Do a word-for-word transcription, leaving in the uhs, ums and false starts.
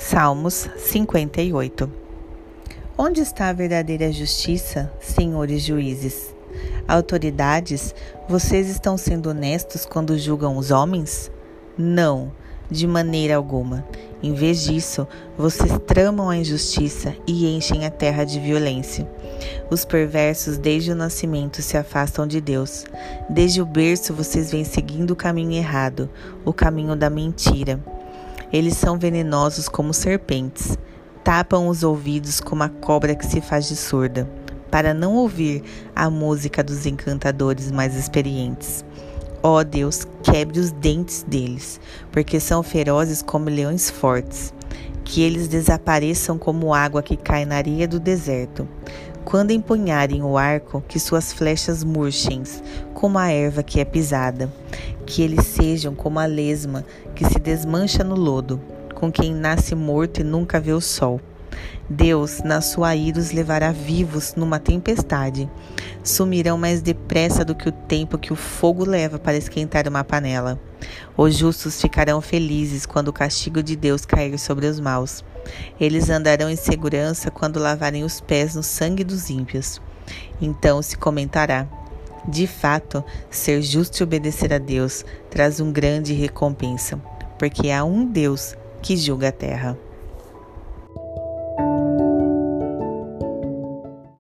Salmos cinquenta e oito. Onde está a verdadeira justiça, senhores juízes? Autoridades, vocês estão sendo honestos quando julgam os homens? Não, de maneira alguma. Em vez disso, vocês tramam a injustiça e enchem a terra de violência. Os perversos desde o nascimento se afastam de Deus. Desde o berço vocês vêm seguindo o caminho errado, o caminho da mentira. Eles são venenosos como serpentes. Tapam os ouvidos como a cobra que se faz de surda, para não ouvir a música dos encantadores mais experientes. Ó oh Deus, quebre os dentes deles, porque são ferozes como leões fortes. Que eles desapareçam como água que cai na areia do deserto. Quando empunharem o arco, que suas flechas murchem, como a erva que é pisada. Que eles sejam como a lesma que se desmancha no lodo, com quem nasce morto e nunca vê o sol. Deus, na sua ira, os levará vivos numa tempestade. Sumirão mais depressa do que o tempo que o fogo leva para esquentar uma panela. Os justos ficarão felizes quando o castigo de Deus cair sobre os maus. Eles andarão em segurança quando lavarem os pés no sangue dos ímpios. Então se comentará: de fato, ser justo e obedecer a Deus traz um grande recompensa, porque há um Deus que julga a terra.